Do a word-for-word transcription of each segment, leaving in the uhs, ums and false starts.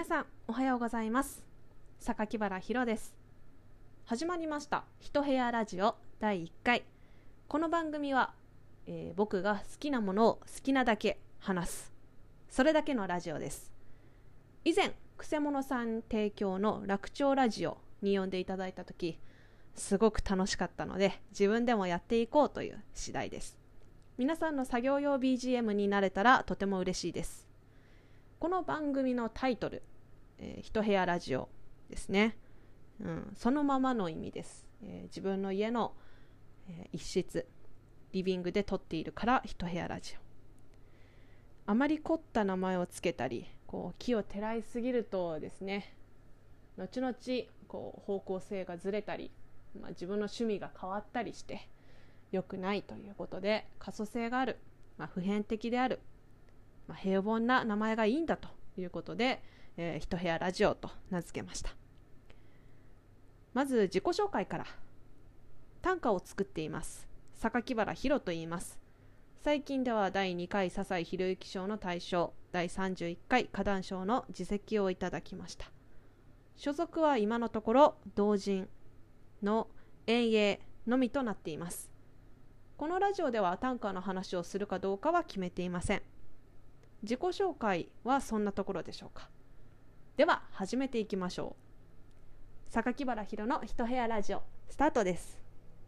皆さんおはようございます。榊原ひろです。始まりました一部屋ラジオだいいっかい。この番組は、えー、僕が好きなものを好きなだけ話す、それだけのラジオです。以前くせ者さん提供の楽長ラジオに呼んでいただいた時、すごく楽しかったので自分でもやっていこうという次第です。皆さんの作業用 ビージーエム になれたらとても嬉しいです。この番組のタイトル、えー、一部屋ラジオですね、うん、そのままの意味です。えー、自分の家の、えー、一室リビングで撮っているから一部屋ラジオ。あまり凝った名前をつけたり、こう木をてらいすぎるとですね、後々こう方向性がずれたり、まあ、自分の趣味が変わったりして良くないということで、可塑性がある、まあ、普遍的である、まあ、平凡な名前がいいんだということで、えー、一部屋ラジオと名付けました。まず自己紹介から。短歌を作っています。榊原ひろと言います。最近ではだいにかい笹井宏之賞の大賞、だいさんじゅういっかい花壇賞の次席をいただきました。所属は今のところ同人の遠泳のみとなっています。このラジオでは短歌の話をするかどうかは決めていません。自己紹介はそんなところでしょうか。では始めていきましょう。榊原ひろの一部屋ラジオスタートです。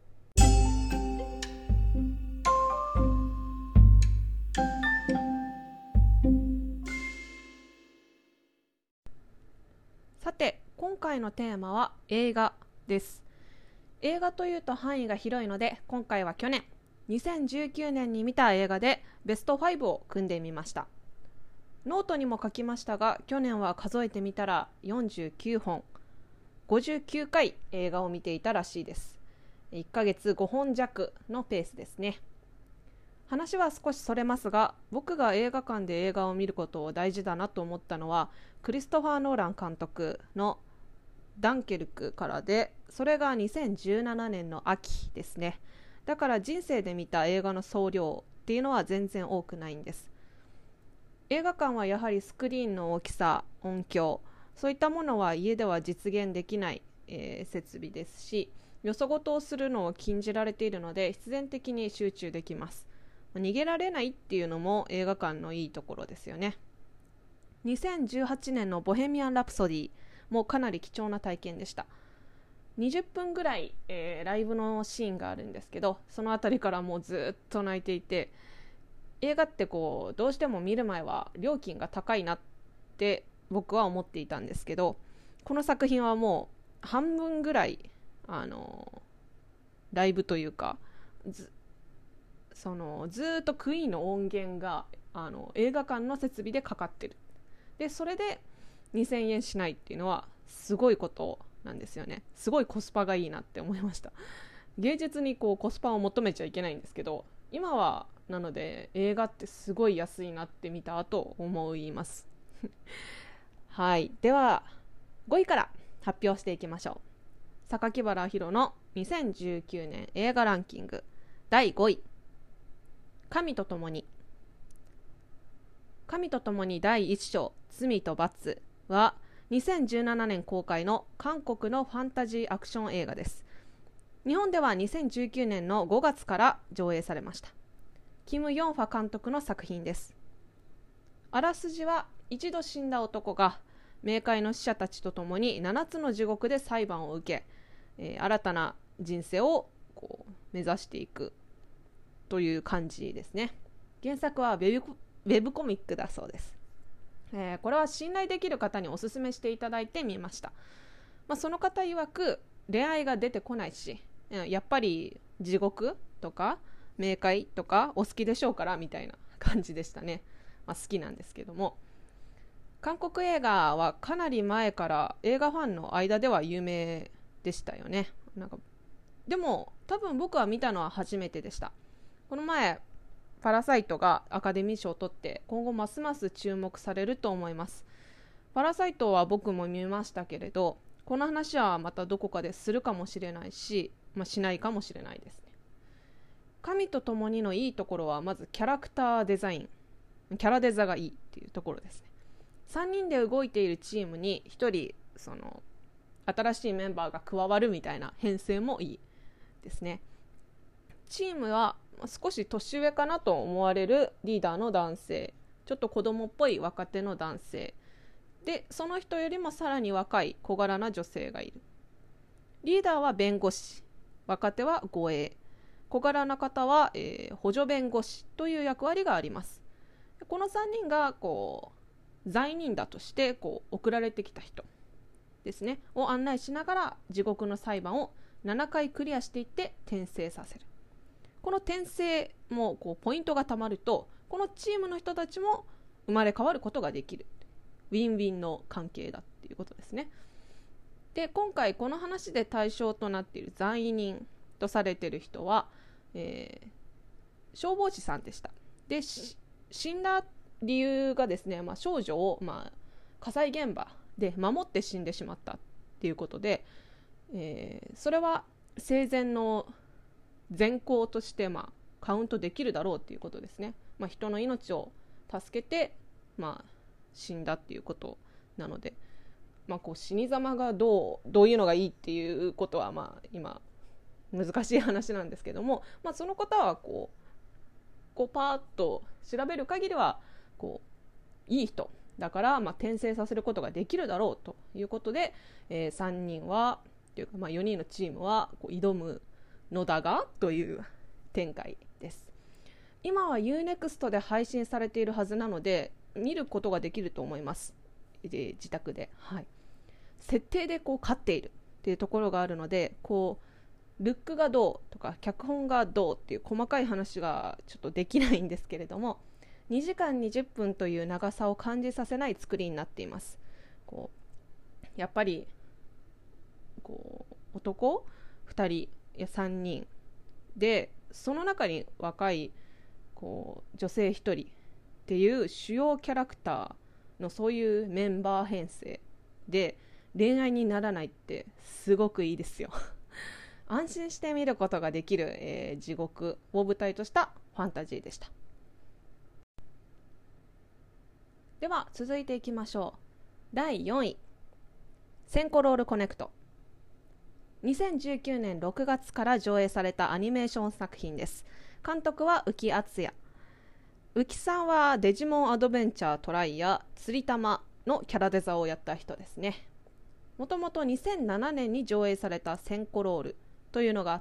さて、今回のテーマは映画です。映画というと範囲が広いので、今回は去年にせんじゅうきゅうねんに見た映画でベストファイブを組んでみました。ノートにも書きましたが、去年は数えてみたらよんじゅうきゅうほん、ごじゅうきゅうかい映画を見ていたらしいです。いっかげつごほん弱のペースですね。話は少しそれますが、僕が映画館で映画を見ることを大事だなと思ったのはクリストファー・ノーラン監督のダンケルクからで、それがにせんじゅうななねんの秋ですね。だから人生で見た映画の総量っていうのは全然多くないんです。映画館はやはりスクリーンの大きさ、音響、そういったものは家では実現できない、えー、設備ですし、よそごとをするのを禁じられているので必然的に集中できます。逃げられないっていうのも映画館のいいところですよね。にせんじゅうはちねんのボヘミアン・ラプソディもかなり貴重な体験でした。にじゅっぷんぐらい、えー、ライブのシーンがあるんですけど、そのあたりからもうずっと泣いていて、映画ってこうどうしても見る前は料金が高いなって僕は思っていたんですけど、この作品はもう半分ぐらいあのライブというか、ずそのずっとクイーンの音源があの映画館の設備でかかってる。でそれでにせんえんしないっていうのはすごいことなんですよね。すごいコスパがいいなって思いました。芸術にこうコスパを求めちゃいけないんですけど、今はなので映画ってすごい安いなって見た後思いますはい、ではごいから発表していきましょう。榊原ひろのにせんじゅうきゅうねん映画ランキングだいごい、神と共に。神と共にだいいち章、罪と罰はにせんじゅうななねん公開の韓国のファンタジーアクション映画です。日本ではにせんじゅうきゅうねんのごがつから上映されました。キム・ヨンファ監督の作品です。あらすじは、一度死んだ男が冥界の死者たちとともにななつの地獄で裁判を受け、えー、新たな人生をこう目指していくという感じですね。原作はウェブ、ウェブコミックだそうです。えー、これは信頼できる方におすすめしていただいてみました。まあ、その方曰く恋愛が出てこないし、やっぱり地獄とか冥界とかお好きでしょうからみたいな感じでしたね。まあ、好きなんですけども、韓国映画はかなり前から映画ファンの間では有名でしたよね。なんかでも多分僕は見たのは初めてでした。この前パラサイトがアカデミー賞を取って今後ますます注目されると思います。パラサイトは僕も見ましたけれど、この話はまたどこかでするかもしれないし、まあ、しないかもしれないですね。神と共にのいいところはまずキャラクターデザイン、キャラデザがいいっていうところですね。 さんにんで動いているチームにひとりその新しいメンバーが加わるみたいな編成もいいですね。チームは少し年上かなと思われるリーダーの男性、ちょっと子供っぽい若手の男性で、その人よりもさらに若い小柄な女性がいる。リーダーは弁護士、若手は護衛、小柄な方は、えー、補助弁護士という役割があります。このさんにんがこう罪人だとしてこう送られてきた人ですねを案内しながら地獄の裁判をななかいクリアしていって転生させる。この転生もこうポイントがたまると、このチームの人たちも生まれ変わることができる。ウィンウィンの関係だっていうことですね。で、今回この話で対象となっている罪人とされている人は、えー、消防士さんでした。で、死んだ理由がですね、まあ、少女を、まあ、火災現場で守って死んでしまったっていうことで、えー、それは生前の善行として、まあ、カウントできるだろうっていうことですね。まあ、人の命を助けて、まあ、死んだっていうことなので、まあ、こう死に様がどう、どういうのがいいっていうことは、まあ、今難しい話なんですけども、まあ、その方はこうこうパーッと調べる限りはこういい人だから、まあ、転生させることができるだろうということで、えー、さんにんはというか、まあ、よにんのチームはこう挑むのだがという展開です。今は ユーネクスト で配信されているはずなので見ることができると思います。で、自宅で、はい、設定でこう勝っているっていうところがあるので、こうルックがどうとか脚本がどうっていう細かい話がちょっとできないんですけれども、にじかんにじゅっぷんという長さを感じさせない作りになっています。こうやっぱりこう男ふたりやさんにんで、その中に若いこう女性ひとりっていう主要キャラクターのそういうメンバー編成で恋愛にならないってすごくいいですよ。安心して見ることができる、えー、地獄を舞台としたファンタジーでした。では続いていきましょう。だいよんい、センコロールコネクト。にせんじゅうきゅうねんろくがつから上映されたアニメーション作品です。監督は浮敦也。浮さんはデジモンアドベンチャートライや釣り玉のキャラデザをやった人ですね。もともとにせんななねんに上映されたセンコロールというのがあって、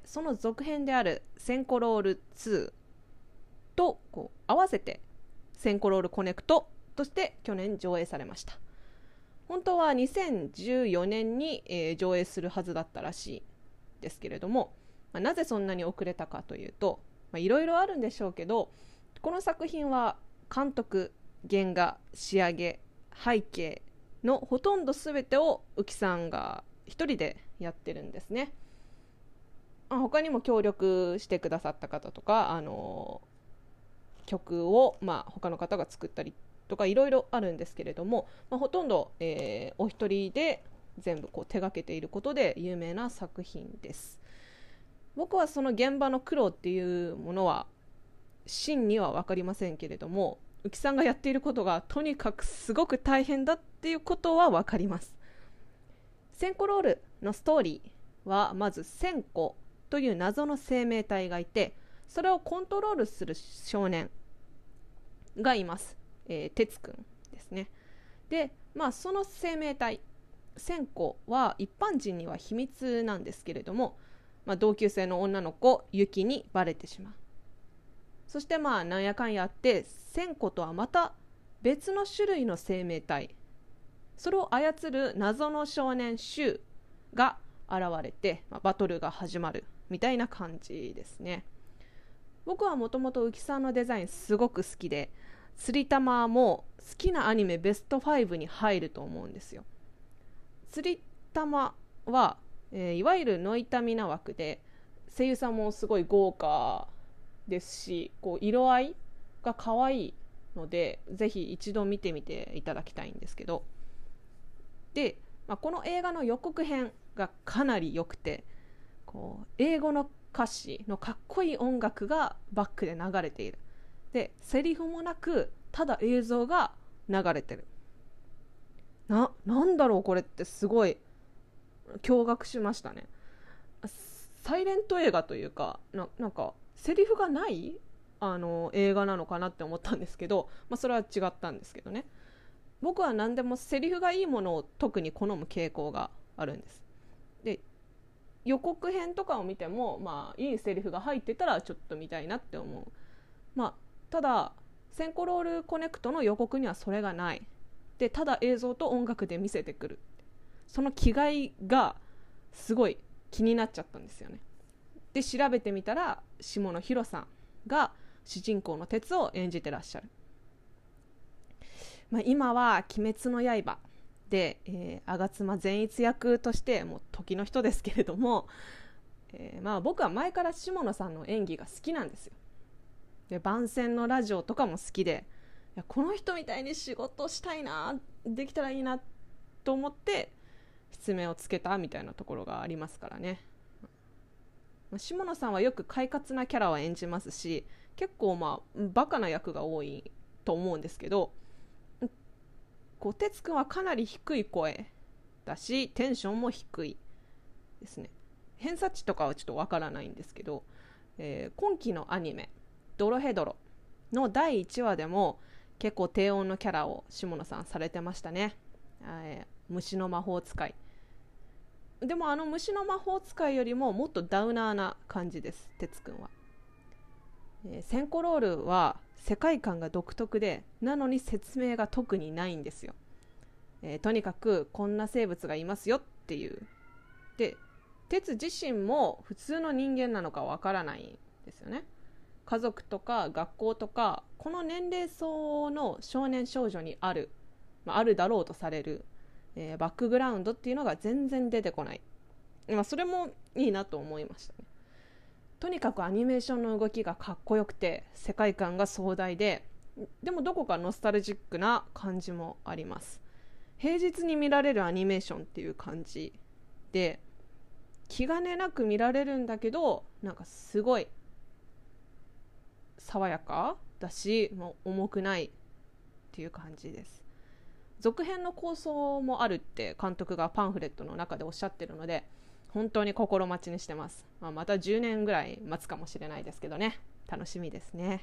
その続編であるセンコロールツーとこう合わせてセンコロールコネクトとして去年上映されました。本当はにせんじゅうよねんに、えー、上映するはずだったらしいですけれども、まあ、なぜそんなに遅れたかというと、いろいろあるんでしょうけど、この作品は監督、原画、仕上げ、背景のほとんど全てを浮さんが一人でやってるんですね。他にも協力してくださった方とか、あの曲を、まあ、他の方が作ったりとかいろいろあるんですけれども、まあ、ほとんど、えー、お一人で全部こう手掛けていることで有名な作品です。僕はその現場の苦労っていうものは真には分かりませんけれども、浮さんがやっていることがとにかくすごく大変だっていうことは分かります。センコロールのストーリーはまずセンコという謎の生命体がいて、それをコントロールする少年がいます。えー、哲くんですね。で、まあ、その生命体センコは一般人には秘密なんですけれども、まあ、同級生の女の子ユキにバレてしまう。そしてまあなんやかんやあってセンコとはまた別の種類の生命体、それを操る謎の少年シュウが現れて、まあ、バトルが始まるみたいな感じですね。僕はもともと浮さんのデザインすごく好きで、釣り玉も好きなアニメベストファイブに入ると思うんですよ。釣り玉は、えー、いわゆるノイタミナ枠で声優さんもすごい豪華ですし、こう色合いが可愛いのでぜひ一度見てみていただきたいんですけど、で、まあ、この映画の予告編がかなり良くて、こう英語の歌詞のかっこいい音楽がバックで流れている。で、セリフもなくただ映像が流れてる。 な、なんだろうこれってすごい驚愕しましたね。サイレント映画というか な, なんかセリフがないあの映画なのかなって思ったんですけど、まあ、それは違ったんですけどね。僕は何でもセリフがいいものを特に好む傾向があるんです。で予告編とかを見ても、まあ、いいセリフが入ってたらちょっと見たいなって思う。まあ、ただセンコロールコネクトの予告にはそれがないで、ただ映像と音楽で見せてくる、その気概がすごい気になっちゃったんですよね。で調べてみたら下野紘さんが主人公の鉄を演じてらっしゃる。まあ、今は鬼滅の刃で、えー、吾妻善逸役としてもう時の人ですけれども、えーまあ、僕は前から下野さんの演技が好きなんですよ。で番宣のラジオとかも好きで、いやこの人みたいに仕事したいな、できたらいいなと思って失明をつけたみたいなところがありますからね。下野さんはよく快活なキャラを演じますし、結構まあバカな役が多いと思うんですけど、こう哲くんはかなり低い声だしテンションも低いですね。偏差値とかはちょっとわからないんですけど、えー、今期のアニメドロヘドロのだいいちわでも結構低音のキャラを下野さんされてましたね。えー、虫の魔法使いでもあの虫の魔法使いよりももっとダウナーな感じです哲くんは。えー、センコロールは世界観が独特で、なのに説明が特にないんですよ。えー、とにかくこんな生物がいますよっていう。で哲自身も普通の人間なのかわからないんですよね。家族とか学校とかこの年齢層の少年少女にある、まあ、あるだろうとされる、えー、バックグラウンドっていうのが全然出てこない、まあ、それもいいなと思いましたね。とにかくアニメーションの動きがかっこよくて世界観が壮大で、でもどこかノスタルジックな感じもあります。平日に見られるアニメーションっていう感じで気兼ねなく見られるんだけど、なんかすごい爽やかだしもう重くないっていう感じです。続編の構想もあるって監督がパンフレットの中でおっしゃってるので本当に心待ちにしてます。まあ、またじゅうねんぐらい待つかもしれないですけどね、楽しみですね。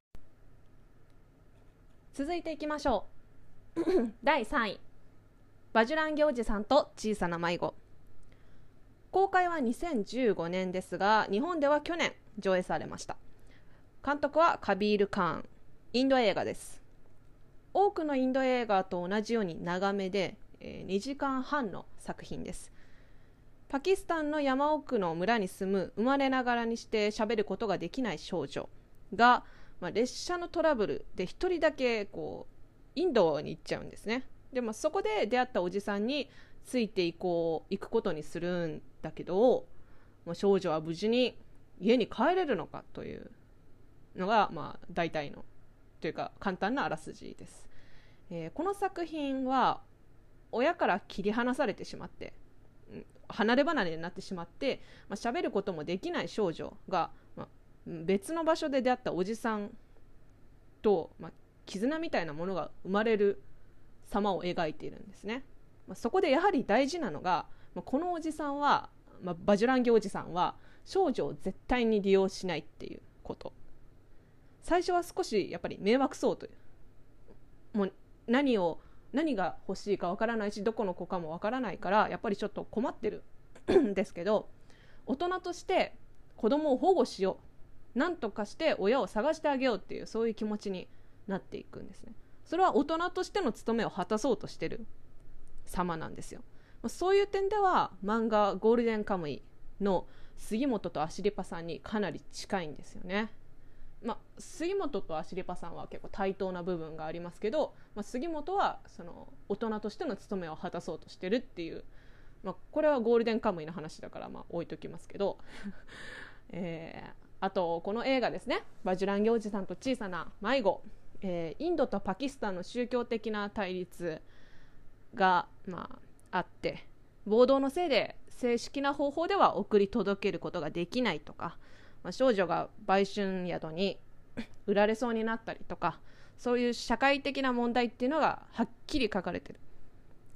続いていきましょうだいさんい、バジュランゲおじさんと小さな迷子。公開はにせんじゅうごねんですが日本では去年上映されました。監督はカビール・カーン。インド映画です。多くのインド映画と同じように長めで、えー、にじかんはんの作品です。パキスタンの山奥の村に住む生まれながらにして喋ることができない少女が、まあ、列車のトラブルで一人だけこうインドに行っちゃうんですね。で、まあ、そこで出会ったおじさんについていこう行くことにするんだけど、まあ、少女は無事に家に帰れるのかというのが、まあ、大体のというか簡単なあらすじです。えー、この作品は親から切り離されてしまって離れ離れになってしまって、まあ、喋ることもできない少女が、まあ、別の場所で出会ったおじさんと、まあ、絆みたいなものが生まれる様を描いているんですね。まあ、そこでやはり大事なのが、まあ、このおじさんは、まあ、バジュランゲおじさんは少女を絶対に利用しないっていうこと。最初は少しやっぱり迷惑そうという、もう何を何が欲しいかわからないしどこの子かもわからないからやっぱりちょっと困ってるんですけど、大人として子供を保護しよう、なんとかして親を探してあげようっていうそういう気持ちになっていくんですね。それは大人としての務めを果たそうとしてる様なんですよ。そういう点では漫画ゴールデンカムイの杉本とアシリパさんにかなり近いんですよね。まあ、杉本とアシリパさんは結構対等な部分がありますけど、まあ、杉本はその大人としての務めを果たそうとしてるっていう、まあ、これはゴールデンカムイの話だからまあ置いときますけど、えー、あとこの映画ですね、バジュランゲおじさんと小さな迷子、えー、インドとパキスタンの宗教的な対立が、まあ、あって暴動のせいで正式な方法では送り届けることができないとか、まあ、少女が売春宿に売られそうになったりとか、そういう社会的な問題っていうのがはっきり書かれてる。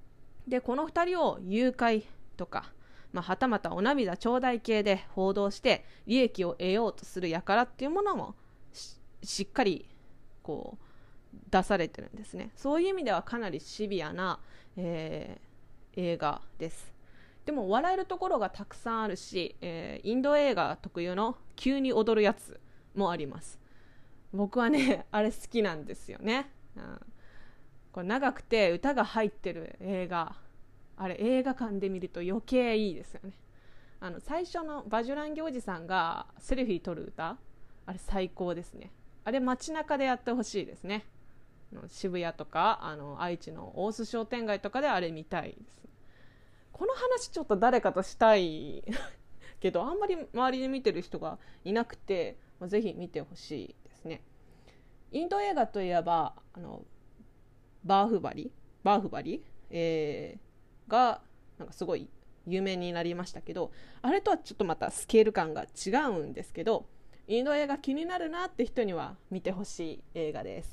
でこのふたりを誘拐とか、まあ、はたまたお涙頂戴系で報道して利益を得ようとする輩っていうものも し, しっかりこう出されてるんですね。そういう意味ではかなりシビアな、えー、映画です。でも笑えるところがたくさんあるし、えー、インド映画特有の急に踊るやつもあります。僕はねあれ好きなんですよね、うん、これ長くて歌が入ってる映画、あれ映画館で見ると余計いいですよね。あの最初のバジュランギおじさんがセルフィー撮る歌、あれ最高ですね。あれ街中でやってほしいですね。渋谷とかあの愛知の大須商店街とかであれ見たいです。この話ちょっと誰かとしたいけどあんまり周りで見てる人がいなくて、まあ、ぜひ見てほしいですね。インド映画といえばあのバーフバリバーフバリ、えー、がなんかすごい有名になりましたけど、あれとはちょっとまたスケール感が違うんですけど、インド映画気になるなって人には見てほしい映画です。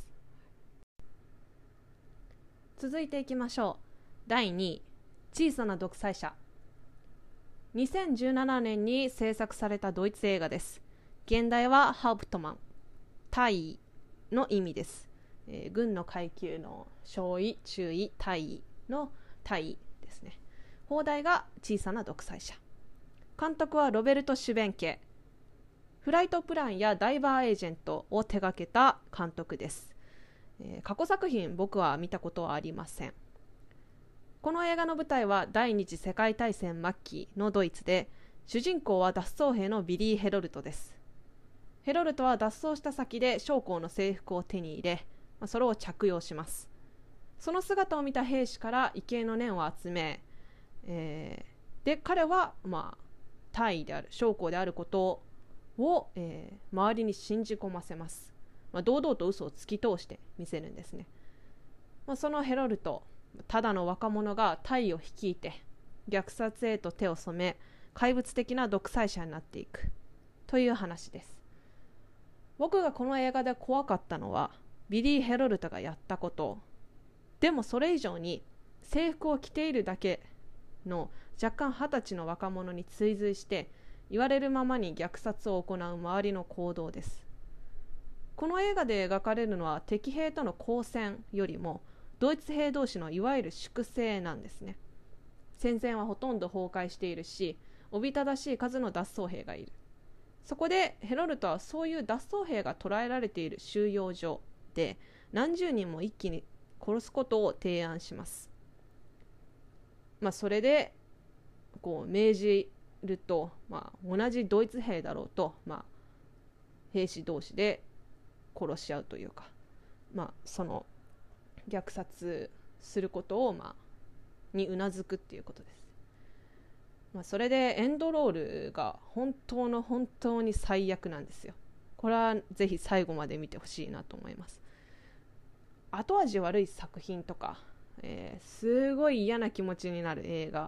続いていきましょう。だいにい、小さな独裁者。にせんじゅうななねんに制作されたドイツ映画です。現代はハウプトマン、大尉の意味です。えー、軍の階級の少尉、中尉、大尉の大尉ですね。邦題が小さな独裁者。監督はロベルト・シュベンケ。フライトプランやダイバーエージェントを手掛けた監督です。えー、過去作品僕は見たことはありません。この映画の舞台は第二次世界大戦末期のドイツで、主人公は脱走兵のビリー・ヘロルトです。ヘロルトは脱走した先で将校の制服を手に入れ、それを着用します。その姿を見た兵士から畏敬の念を集め、えー、で彼は、まあ、大尉である将校であることを、えー、周りに信じ込ませます。まあ、堂々と嘘を突き通して見せるんですね。まあ、そのヘロルト、ただの若者が大尉を率いて虐殺へと手を染め、怪物的な独裁者になっていくという話です。僕がこの映画で怖かったのはビリー・ヘロルトがやったこと、でもそれ以上に制服を着ているだけの若干二十歳の若者に追随して言われるままに虐殺を行う周りの行動です。この映画で描かれるのは敵兵との交戦よりもドイツ兵同士のいわゆる粛清なんですね。戦線はほとんど崩壊しているし、おびただしい数の脱走兵がいる。そこでヘロルトはそういう脱走兵が捕らえられている収容所で何十人も一気に殺すことを提案します。まあ、それでこう命じると、まあ、同じドイツ兵だろうと、まあ、兵士同士で殺し合うというか、まあ、その虐殺することを、まあ、にうなずくっていうことです。まあ、それでエンドロールが本当の本当に最悪なんですよ。これはぜひ最後まで見てほしいなと思います。後味悪い作品とか、えー、すごい嫌な気持ちになる映画って、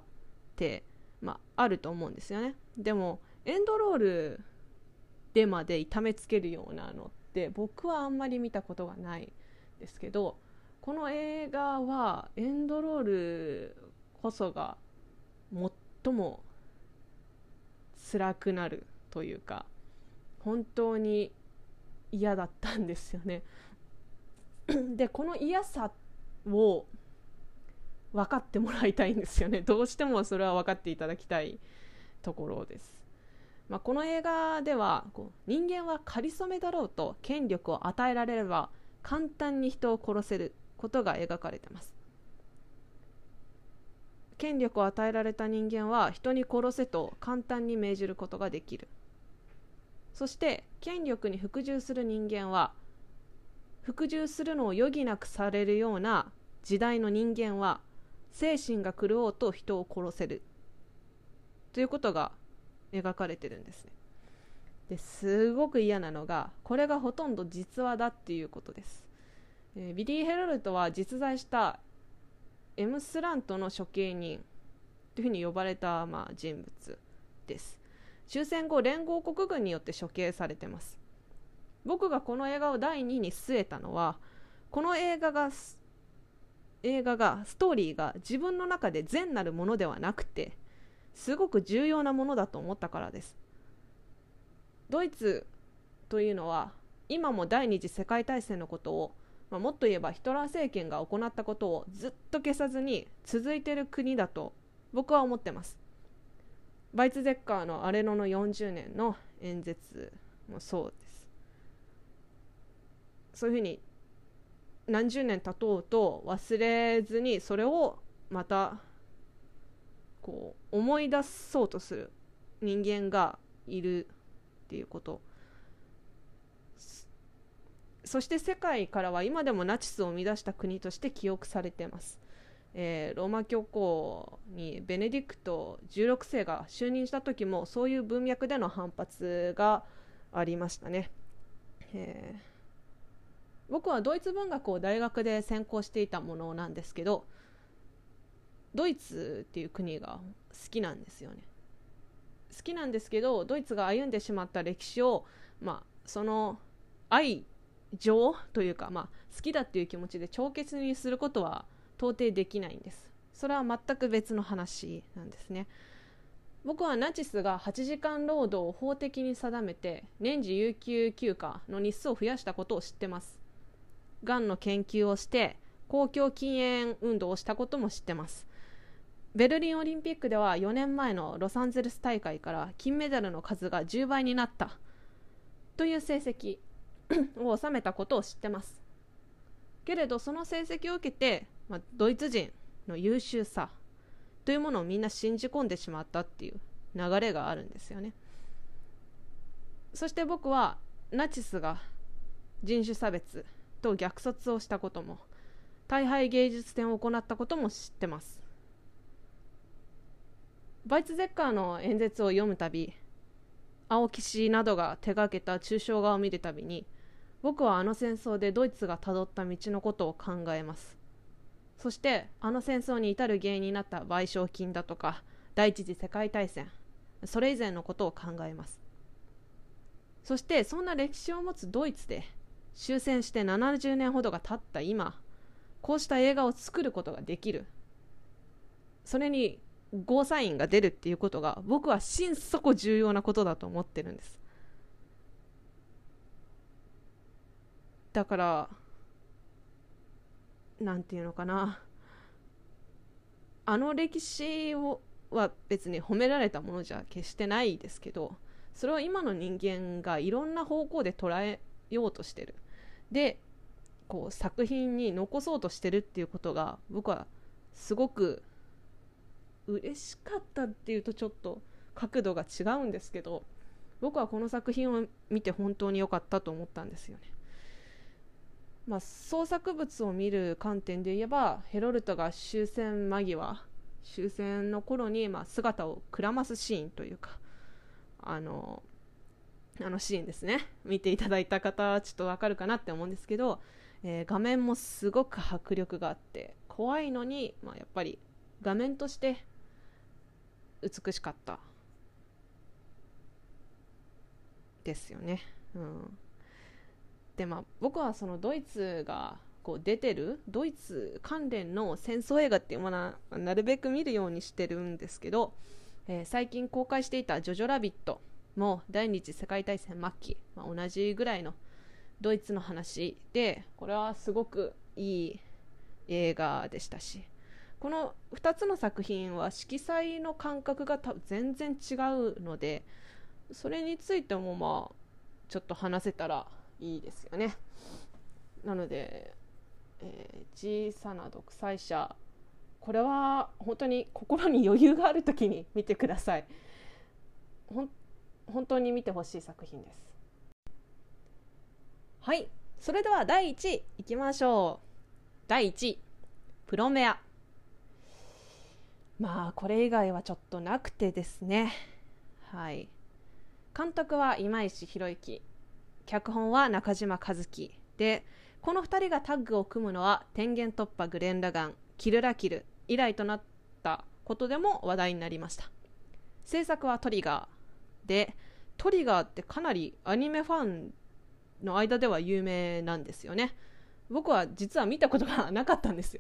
まあ、あると思うんですよね。でもエンドロールでまで痛めつけるようなのって僕はあんまり見たことがないですけど、この映画はエンドロールこそが最も辛くなるというか、本当に嫌だったんですよね。でこの嫌さを分かってもらいたいんですよね。どうしてもそれは分かっていただきたいところです。まあ、この映画ではこう人間は仮初めだろうと権力を与えられれば簡単に人を殺せることが描かれています。権力を与えられた人間は人に殺せと簡単に命じることができる。そして権力に服従する人間は服従するのを余儀なくされるような時代の人間は精神が狂おうと人を殺せるということが描かれてるんですね。ですごく嫌なのがこれがほとんど実話だっていうことです。えー、ビリー・ヘロルトは実在したエムスラントの処刑人というふうに呼ばれた、まあ、人物です。終戦後連合国軍によって処刑されています。僕がこの映画をだいにいに据えたのはこの映画が映画がストーリーが自分の中で善なるものではなくてすごく重要なものだと思ったからです。ドイツというのは今も第二次世界大戦のことを、まあ、もっと言えばヒトラー政権が行ったことをずっと消さずに続いている国だと僕は思ってます。バイツゼッカーのアレノのよんじゅうねんの演説もそうです。そういうふうに何十年経とうと忘れずにそれをまたこう思い出そうとする人間がいるっていうこと。そして世界からは今でもナチスを生み出した国として記憶されています。えー、ローマ教皇にベネディクトじゅうろくせいが就任した時もそういう文脈での反発がありましたね。えー、僕はドイツ文学を大学で専攻していたものなんですけど、ドイツっていう国が好きなんですよね。好きなんですけど、ドイツが歩んでしまった歴史を、まあ、その愛情というか、まあ、好きだっていう気持ちで帳消しにすることは到底できないんです。それは全く別の話なんですね。僕はナチスがはちじかん労働を法的に定めて年次有給休暇の日数を増やしたことを知ってます。がんの研究をして公共禁煙運動をしたことも知ってます。ベルリンオリンピックではよねんまえのロサンゼルス大会から金メダルの数がじゅうばいになったという成績を収めたことを知ってます。けれどその成績を受けて、まあ、ドイツ人の優秀さというものをみんな信じ込んでしまったっていう流れがあるんですよね。そして僕はナチスが人種差別と虐殺をしたことも大敗芸術展を行ったことも知ってます。バイツゼッカーの演説を読むたび、青木氏などが手がけた抽象画を見るたびに、僕はあの戦争でドイツがたどった道のことを考えます。そしてあの戦争に至る原因になった賠償金だとか第一次世界大戦、それ以前のことを考えます。そしてそんな歴史を持つドイツで終戦してななじゅうねんほどが経った今、こうした映画を作ることができる、それにゴーサインが出るっていうことが僕は心底重要なことだと思ってるんです。だからなんていうのかな、あの歴史をは別に褒められたものじゃ決してないですけど、それは今の人間がいろんな方向で捉えようとしてる、でこう作品に残そうとしてるっていうことが僕はすごく嬉しかったっていうとちょっと角度が違うんですけど、僕はこの作品を見て本当に良かったと思ったんですよね。まあ、創作物を見る観点で言えば、ヘロルトが終戦間際終戦の頃にまあ姿をくらますシーンというか、あのあのシーンですね、見ていただいた方はちょっとわかるかなって思うんですけど、えー、画面もすごく迫力があって怖いのに、まあ、やっぱり画面として美しかったですよね。うん、でまあ僕はそのドイツがこう出てるドイツ関連の戦争映画っていうものはなるべく見るようにしてるんですけど、えー、最近公開していたジョジョラビットも第二次世界大戦末期、まあ、同じぐらいのドイツの話で、これはすごくいい映画でしたし、このふたつの作品は色彩の感覚が全然違うので、それについてもまあちょっと話せたらいいですよね。なので、えー、小さな独裁者、これは本当に心に余裕があるときに見てください。ほん本当に見てほしい作品です。はい、それではだいいちいいきましょう。だいいちい、プロメア。まあこれ以外はちょっとなくてですね。はい。監督は今石博之、脚本は中島和樹で、このふたりがタッグを組むのは天元突破グレン・ラガン、キルラキル以来となったことでも話題になりました。制作はトリガーで、トリガーってかなりアニメファンの間では有名なんですよね。僕は実は見たことがなかったんですよ。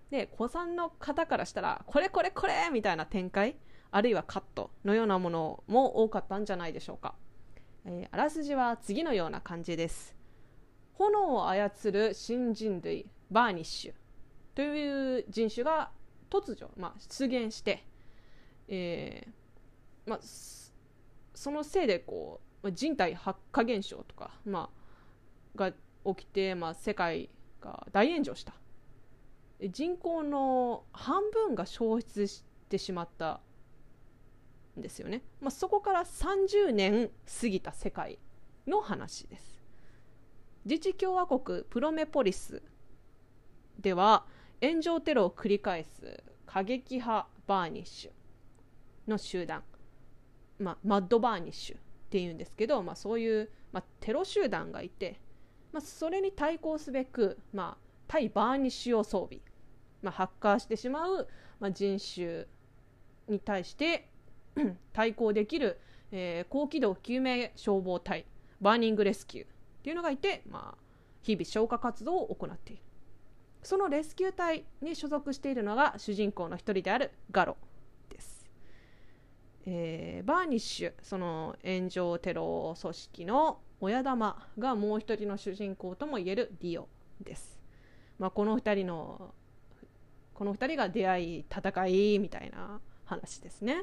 で子さんの方からしたらこれこれこれみたいな展開、あるいはカットのようなものも多かったんじゃないでしょうか。えー、あらすじは次のような感じです。炎を操る新人類バーニッシュという人種が突如、まあ、出現して、えーまあ、そのせいでこう人体発火現象とか、まあ、が起きて、まあ、世界が大炎上した。人口の半分が消失してしまったんですよね。まあ、そこからさんじゅうねん過ぎた世界の話です。自治共和国プロメポリスでは炎上テロを繰り返す過激派バーニッシュの集団、まあ、マッドバーニッシュっていうんですけど、まあ、そういう、まあ、テロ集団がいて、まあ、それに対抗すべく、まあ、対バーニッシュ用装備、まあ、ハッカーしてしまう、まあ、人種に対して対抗できる、えー、高機動救命消防隊バーニングレスキューっていうのがいて、まあ、日々消火活動を行っている。そのレスキュー隊に所属しているのが主人公の一人であるガロです。えー、バーニッシュ、その炎上テロ組織の親玉がもう一人の主人公ともいえるディオです。まあ、この二人のこの二人が出会い戦いみたいな話ですね。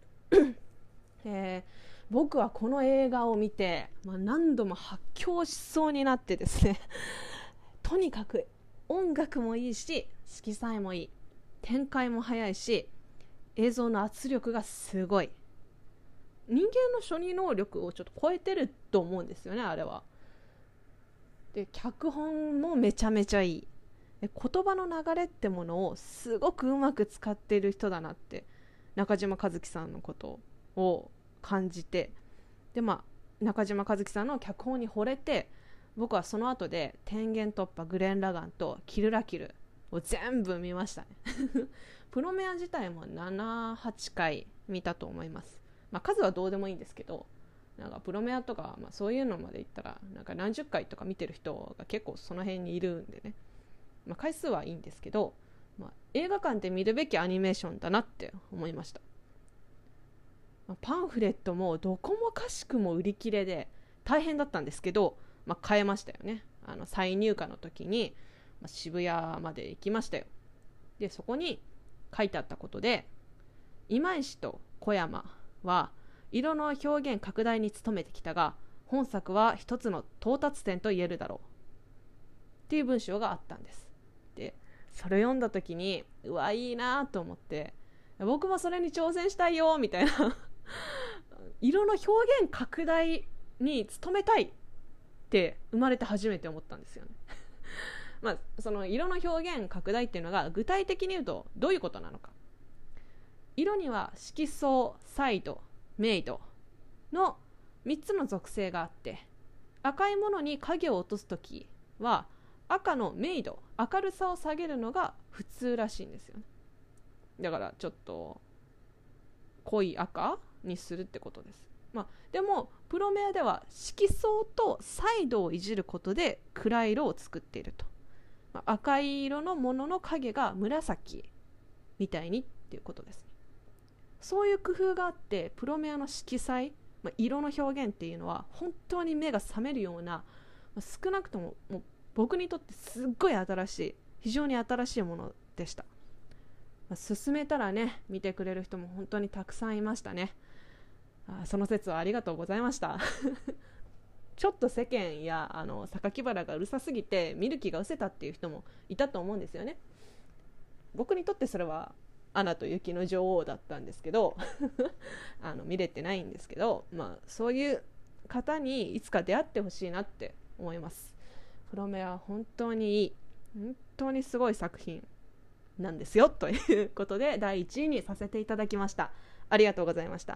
えー僕はこの映画を見て、まあ、何度も発狂しそうになってですねとにかく音楽もいいし色彩もいい、展開も早いし映像の圧力がすごい、人間の処理能力をちょっと超えてると思うんですよね、あれは。で脚本もめちゃめちゃいい、で言葉の流れってものをすごくうまく使っている人だなって中島和樹さんのことを感じて、で、まあ、中島和樹さんの脚本に惚れて、僕はその後で天元突破、グレン・ラガンとキルラキルを全部見ましたねプロメア自体もなな、はちかい見たと思います。まあ、数はどうでもいいんですけど、なんかプロメアとか、まあ、そういうのまで言ったらなんか何十回とか見てる人が結構その辺にいるんでね、まあ、回数はいいんですけど、まあ、映画館で見るべきアニメーションだなって思いました。パンフレットもどこもかしくも売り切れで大変だったんですけど、まあ、買えましたよね。あの再入荷の時に、まあ、渋谷まで行きましたよ。でそこに書いてあったことで、今石と小山は色の表現拡大に努めてきたが、本作は一つの到達点と言えるだろうっていう文章があったんです。でそれ読んだ時にうわいいなと思って、僕もそれに挑戦したいよみたいな色の表現拡大に努めたいって生まれて初めて思ったんですよねまあその色の表現拡大っていうのが具体的に言うとどういうことなのか。色には色相、彩度、明度のみっつの属性があって、赤いものに影を落とすときは赤の明度、明るさを下げるのが普通らしいんですよね。だからちょっと濃い赤にするってことです。まあ、でもプロメアでは色相と彩度をいじることで暗い色を作っていると、まあ、赤い色のものの影が紫みたいにっていうことですね。そういう工夫があって、プロメアの色彩、まあ、色の表現っていうのは本当に目が覚めるような、まあ、少なくとも、もう僕にとってすっごい新しい、非常に新しいものでした。まあ、進めたらね、見てくれる人も本当にたくさんいましたね。あ、その説はありがとうございましたちょっと世間やあの榊原がうるさすぎて見る気が失せたっていう人もいたと思うんですよね。僕にとってそれはアナと雪の女王だったんですけどあの見れてないんですけど、まあ、そういう方にいつか出会ってほしいなって思います。プロメは本当にいい、本当にすごい作品なんですよということでだいいちいにさせていただきました。ありがとうございました。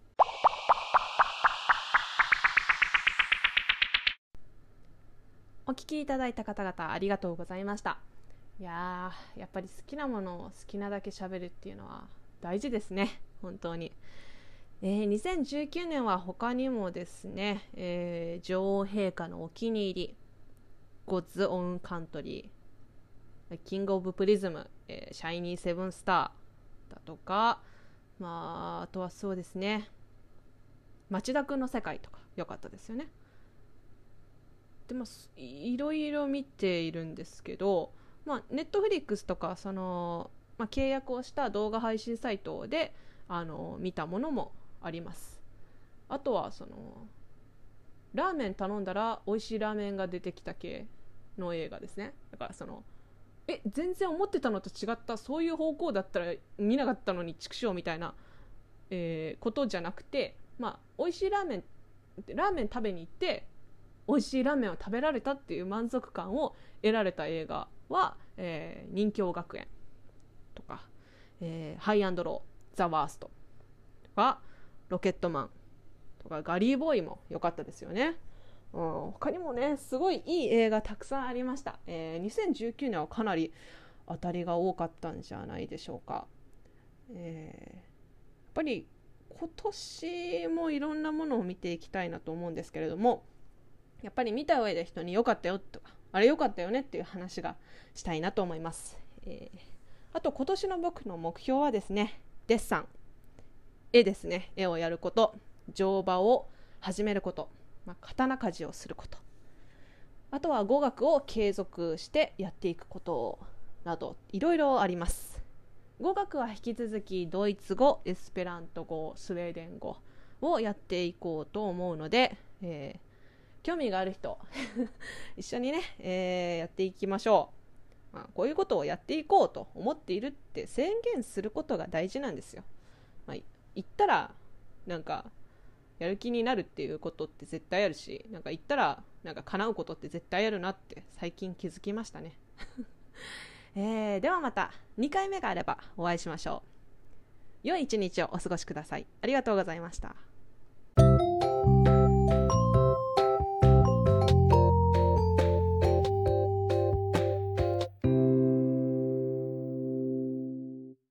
お聞きいただいた方々ありがとうございました。いやー、やっぱり好きなものを好きなだけ喋るっていうのは大事ですね、本当に。えー、にせんじゅうきゅうねんは他にもですね、えー、女王陛下のお気に入り God's Own Country キングオブプリズム、えー、シャイニーセブンスターだとか、まあ、あとはそうですね、町田くんの世界とか良かったですよね。でもいろいろ見ているんですけど、まあ、ネットフリックスとかその、まあ、契約をした動画配信サイトであの見たものもあります。あとはそのラーメン頼んだら美味しいラーメンが出てきた系の映画ですね。だからそのえ全然思ってたのと違った、そういう方向だったら見なかったのに畜生みたいな、えー、ことじゃなくて、まあ、美味しいラーメンラーメン食べに行って美味しいラーメンを食べられたっていう満足感を得られた映画は、えー、任侠学園とか、えー、ハイアンドロー、ザ・ワーストとか、ロケットマンとか、ガリーボーイも良かったですよね。うん、他にもねすごいいい映画たくさんありました。えー、にせんじゅうきゅうねんはかなり当たりが多かったんじゃないでしょうか。えー、やっぱり今年もいろんなものを見ていきたいなと思うんですけれども、やっぱり見た上で人に良かったよとかあれ良かったよねっていう話がしたいなと思います。えー、あと今年の僕の目標はですね、デッサン、絵ですね、絵をやること、乗馬を始めること、まあ、刀鍛冶をすること、あとは語学を継続してやっていくことなどいろいろあります。語学は引き続きドイツ語、エスペラント語、スウェーデン語をやっていこうと思うので、えー興味がある人一緒にね、えー、やっていきましょう。まあ、こういうことをやっていこうと思っているって宣言することが大事なんですよ。まあ、言ったらなんかやる気になるっていうことって絶対あるし、なんか言ったらなんか叶うことって絶対あるなって最近気づきましたね、えー、ではまたにかいめがあればお会いしましょう。良い一日をお過ごしください。ありがとうございました。